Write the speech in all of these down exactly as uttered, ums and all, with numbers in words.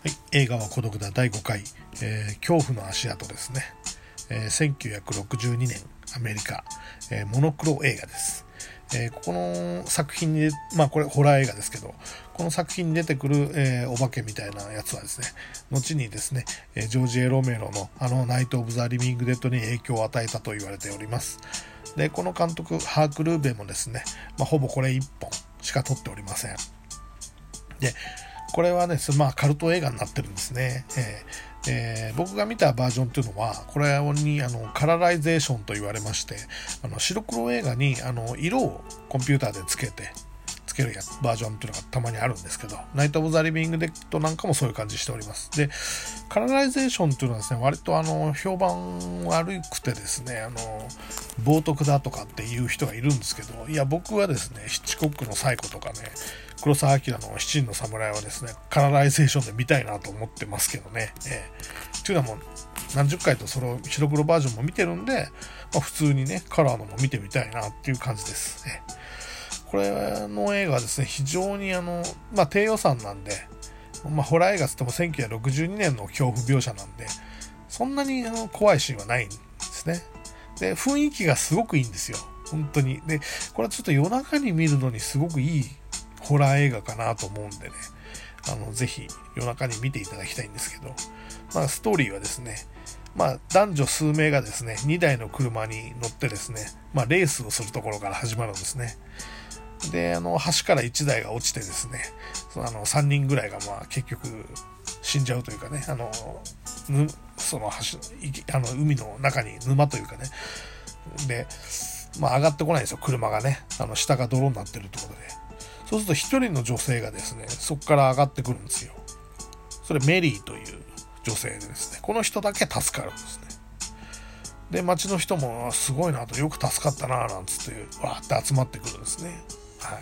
はい、映画は孤独だだいごかい、えー、恐怖の足跡ですね、えー、せんきゅうひゃくろくじゅうにねんアメリカ、えー、モノクロ映画です。えー、ここの作品に、まあこれホラー映画ですけど、この作品に出てくる、えー、お化けみたいなやつはですね、後にですね、えー、ジョージ・エロメロのあのナイト・オブ・ザ・リビング・デッドに影響を与えたと言われております。で、この監督ハーク・ルーベもですね、まあ、ほぼこれいっぽんしか撮っておりません。で、これはですね、まあカルト映画になってるんですね。えーえー、僕が見たバージョンというのは、これにあのカラライゼーションと言われまして、あの白黒映画にあの色をコンピューターでつけてつけるやバージョンというのがたまにあるんですけど、ナイト・オブ・ザ・リビング・デッドなんかもそういう感じしております。で、カラライゼーションというのはですね、割とあの評判悪くてですね、あの冒涜だとかっていう人がいるんですけど、いや僕はですね、ヒッチコックのサイコとかね、黒澤明の七人の侍はですね、カラライゼーションで見たいなと思ってますけどね。えー、というのはもう何十回とその白黒バージョンも見てるんで、まあ、普通にねカラーのも見てみたいなっていう感じです。えー、これの映画はですね、非常にあの、まあ、低予算なんで、まあ、ホラー映画つってもせんきゅうひゃくろくじゅうにねんの恐怖描写なんで、そんなにあの怖いシーンはないんですね。で、雰囲気がすごくいいんですよ。本当に。で、これはちょっと夜中に見るのにすごくいいホラー映画かなと思うんでね、あのぜひ夜中に見ていただきたいんですけど、まあストーリーはですね、まあ男女数名がですね、にだいの車に乗ってですね、まあレースをするところから始まるんですね。で、あの橋からいちだいが落ちてですね、そのあのさんにんぐらいがまあ結局死んじゃうというかね、あのぬその橋あの海の中に沼というかね、で、まあ上がってこないんですよ、車がね、あの下が泥になってるところで。そうすると一人の女性がですね、そこから上がってくるんですよ。それメリーという女性でですね、この人だけ助かるんですね。で、町の人もすごいなと、よく助かったななんつってわーって集まってくるんですね。はい。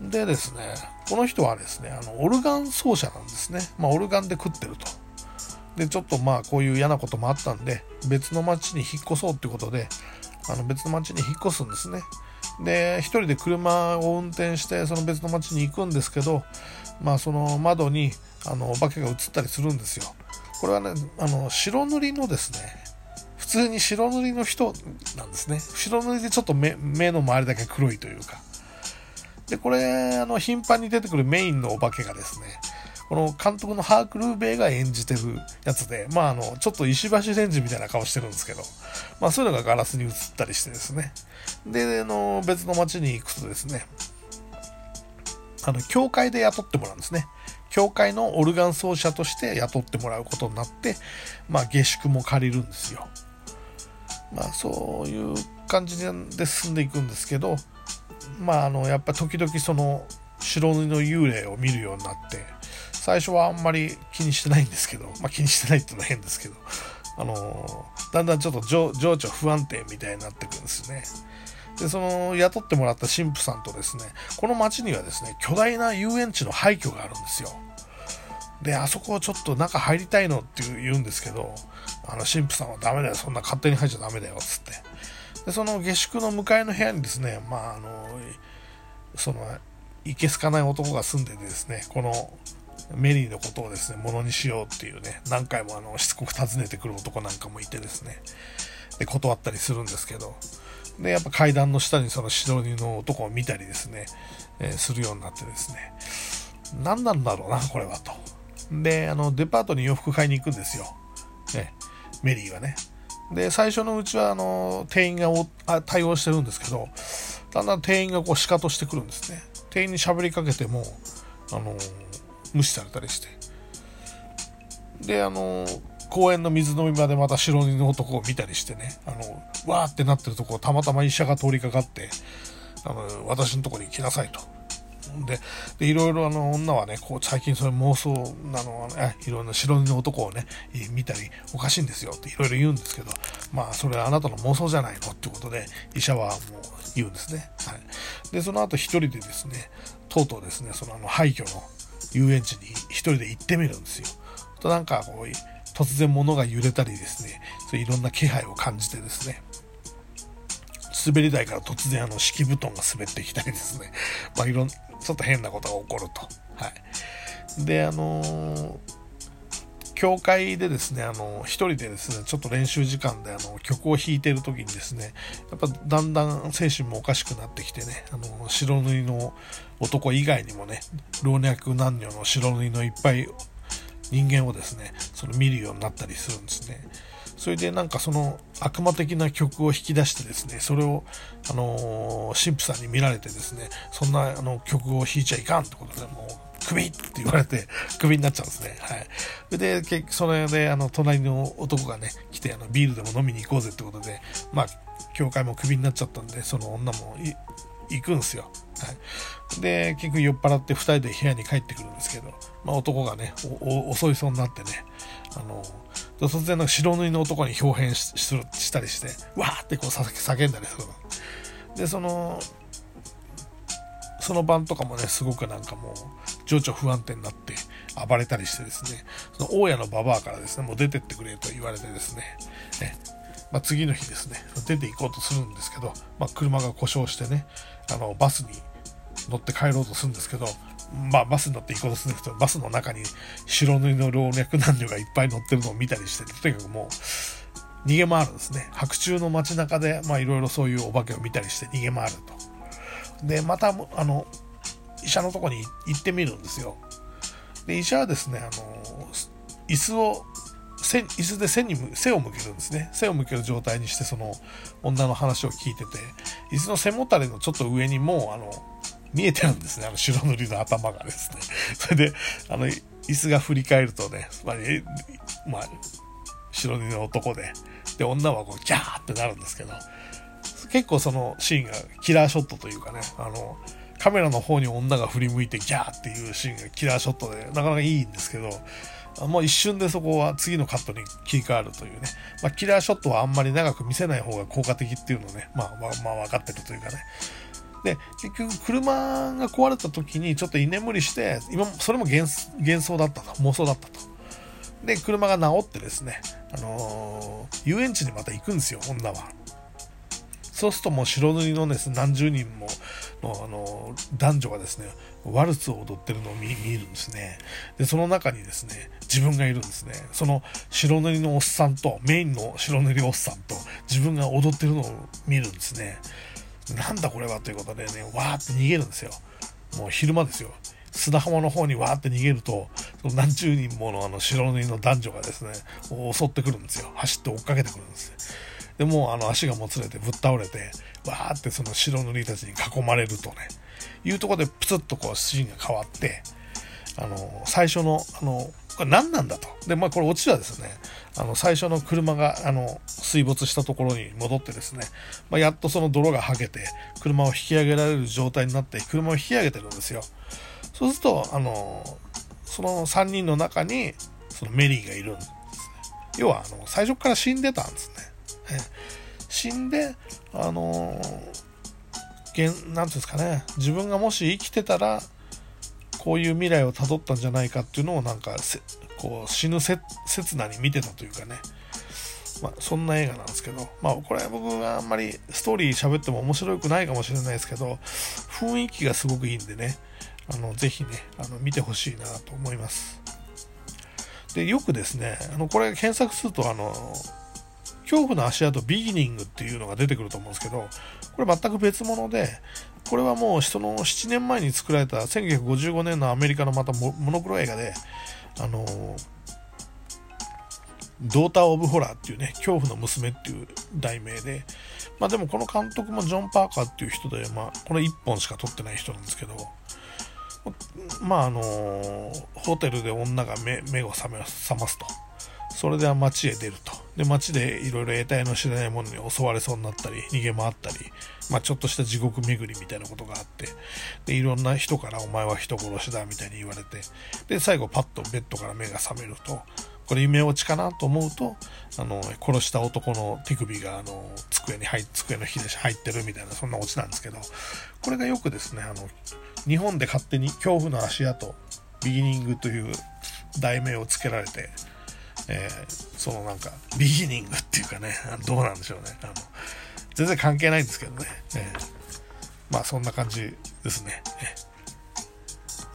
でですね、この人はですね、あのオルガン奏者なんですね。まあオルガンで食ってると。で、ちょっとまあこういう嫌なこともあったんで、別の町に引っ越そうっていうことで、あの別の町に引っ越すんですね。で、一人で車を運転してその別の町に行くんですけど、まあその窓にあのお化けが映ったりするんですよ。これはね、あの白塗りのですね、普通に白塗りの人なんですね。白塗りでちょっと 目, 目の周りだけ黒いというか。で、これあの頻繁に出てくるメインのお化けがですね、この監督のハーク・ルーベイが演じてるやつで、まああのちょっと石橋レンジみたいな顔してるんですけど、まあそういうのがガラスに映ったりしてですね、で、あの別の町に行くとですね、あの教会で雇ってもらうんですね。教会のオルガン奏者として雇ってもらうことになって、まあ下宿も借りるんですよ。まあそういう感じで進んでいくんですけど、まああのやっぱ時々その白塗りの幽霊を見るようになって、最初はあんまり気にしてないんですけど、まあ気にしてないっていうのは変ですけど、あのー、だんだんちょっと情緒不安定みたいになってくるんですね。で、その雇ってもらった神父さんとですね、この町にはですね、巨大な遊園地の廃墟があるんですよ。で、あそこをちょっと中入りたいのって言うんですけど、あの神父さんはダメだよ、そんな勝手に入っちゃダメだよつって。で、その下宿の向かいの部屋にですね、まああのそのいけすかない男が住んでてですね、このメリーのことをですね、ものにしようっていうね、何回もあのしつこく訪ねてくる男なんかもいてですね、で断ったりするんですけど、でやっぱ階段の下にその白塗りの男を見たりですね、えー、するようになってですね、何なんだろうなこれはと。で、あのデパートに洋服買いに行くんですよ、ね、メリーはね。で、最初のうちはあの店員が対応してるんですけど、だんだん店員がこうシカトしてくるんですね。店員に喋りかけてもあの無視されたりして、で、あの公園の水飲み場でまた白塗りの男を見たりしてね、あのわーってなってるところをたまたま医者が通りかかって、あの私のところに来なさいと。で、でいろいろあの女はね、こう最近それ妄想なのね、いろんな白塗りの男をね見たりおかしいんですよっていろいろ言うんですけど、まあそれはあなたの妄想じゃないのってことで医者はもう言うんですね。はい。で、その後一人でですね、とうとうですね、そのあの廃墟の遊園地に一人で行ってみるんですよ。となんかこう突然物が揺れたりですね、そういういろんな気配を感じてですね、滑り台から突然あの敷布団が滑ってきたりですね、まあいろんちょっと変なことが起こると。はい。 であのー教会でですね、あの一人でですねちょっと練習時間であの曲を弾いてる時にですね、やっぱだんだん精神もおかしくなってきてね、あの白塗りの男以外にもね、老若男女の白塗りのいっぱい人間をですねその見るようになったりするんですね。それでなんかその悪魔的な曲を弾き出してですね、それをあのー、神父さんに見られてですね、そんなあの曲を弾いちゃいかんってことでもうクビって言われてクビになっちゃうんですね。はい。で結局それであの隣の男がね来て、あのビールでも飲みに行こうぜってことで、まあ教会もクビになっちゃったんで、その女も行くんですよ。はい。で結局酔っ払ってふたりで部屋に帰ってくるんですけど、まあ、男がねおお襲いそうになってね、あの突然なんか白塗りの男に表変 し, し, したりしてわーってこう叫んだりする。でそのその晩とかもねすごくなんかもう情緒不安定になって暴れたりしてですね、その大家のババアからですねもう出てってくれと言われてですね、ね、まあ、次の日ですね出て行こうとするんですけど、まあ、車が故障してね、あのバスに乗って帰ろうとするんですけど、まあ、バスに乗って行こうとするんですけど、バスの中に白塗りの老若男女がいっぱい乗ってるのを見たりして、とにかくもう逃げ回るんですね。白昼の街中でまあいろいろそういうお化けを見たりして逃げ回ると。でまたあの医者のとこに行ってみるんですよ。で医者はですね、あの椅子を背椅子で背に背を向けるんですね。背を向ける状態にしてその女の話を聞いてて、椅子の背もたれのちょっと上にもうあの見えてるんですね、あの白塗りの頭がですね。それであの椅子が振り返るとね、まあ、まあ、白塗りの男で、で女はこうギャーってなるんですけど、結構そのシーンがキラーショットというかね、あのカメラの方に女が振り向いてギャーっていうシーンがキラーショットでなかなかいいんですけど、もう一瞬でそこは次のカットに切り替わるというね、まあ、キラーショットはあんまり長く見せない方が効果的っていうのをね、まあまあ、まあ分かってるというかね。で結局車が壊れた時にちょっと居眠りして、今それも 幻, 幻想だったと、妄想だったと。で車が治ってですね、あのー、遊園地にまた行くんですよ、女は。そうするともう白塗りのですね何十人もの、あのー、男女がですねワルツを踊ってるのを 見, 見るんですね。でその中にですね自分がいるんですね。その白塗りのおっさんとメインの白塗りおっさんと自分が踊ってるのを見るんですね。なんだこれはということでね、わーって逃げるんですよ。もう昼間ですよ。砂浜の方にわーって逃げると、その何十人ものあの白塗りの男女がですね襲ってくるんですよ。走って追っかけてくるんですね。でもうあの足がもつれてぶっ倒れて、わーってその白塗りたちに囲まれるとねいうところでプツッとこうシーンが変わって、あの最初のあのこれ何なんだと。でまあこれオチはですね、あの最初の車があの水没したところに戻ってですね、まあ、やっとその泥がはけて車を引き上げられる状態になって車を引き上げてるんですよ。そうするとあのそのさんにんの中にそのメリーがいるんですね。要はあの最初から死んでたんですね。死んであの現なんていうんですかね、自分がもし生きてたらこういう未来をたどったんじゃないかっていうのをなんかこう死ぬせ刹那に見てたというかね、まあ、そんな映画なんですけど、まあこれは僕があんまりストーリー喋っても面白くないかもしれないですけど、雰囲気がすごくいいんでね、あのぜひねあの見てほしいなと思います。でよくですね、あのこれ検索するとあの恐怖の足跡ビギニングっていうのが出てくると思うんですけど、これ全く別物で、これはもうそのななねんまえに作られたせんきゅうひゃくごじゅうごねんのアメリカのまたモノクロ映画で、あのドーター・オブ・ホラーっていうね、恐怖の娘っていう題名で、まあでもこの監督もジョン・パーカーっていう人で、まあこのいっぽんしか撮ってない人なんですけど、まああのホテルで女が 目, 目を覚め覚ますと。それでは街へ出ると。で街でいろいろ得体の知れないものに襲われそうになったり逃げ回ったり、まあ、ちょっとした地獄巡りみたいなことがあって、でいろんな人からお前は人殺しだみたいに言われて、で最後パッとベッドから目が覚めると、これ夢落ちかなと思うと、あの殺した男の手首があの机に入机の火で入ってるみたいな、そんなオチなんですけど、これがよくですね、あの日本で勝手に恐怖の足跡ビギニングという題名をつけられて、えー、そのなんかビギニングっていうかね、どうなんでしょうね、あの全然関係ないんですけどね、えー、まあそんな感じですね。えー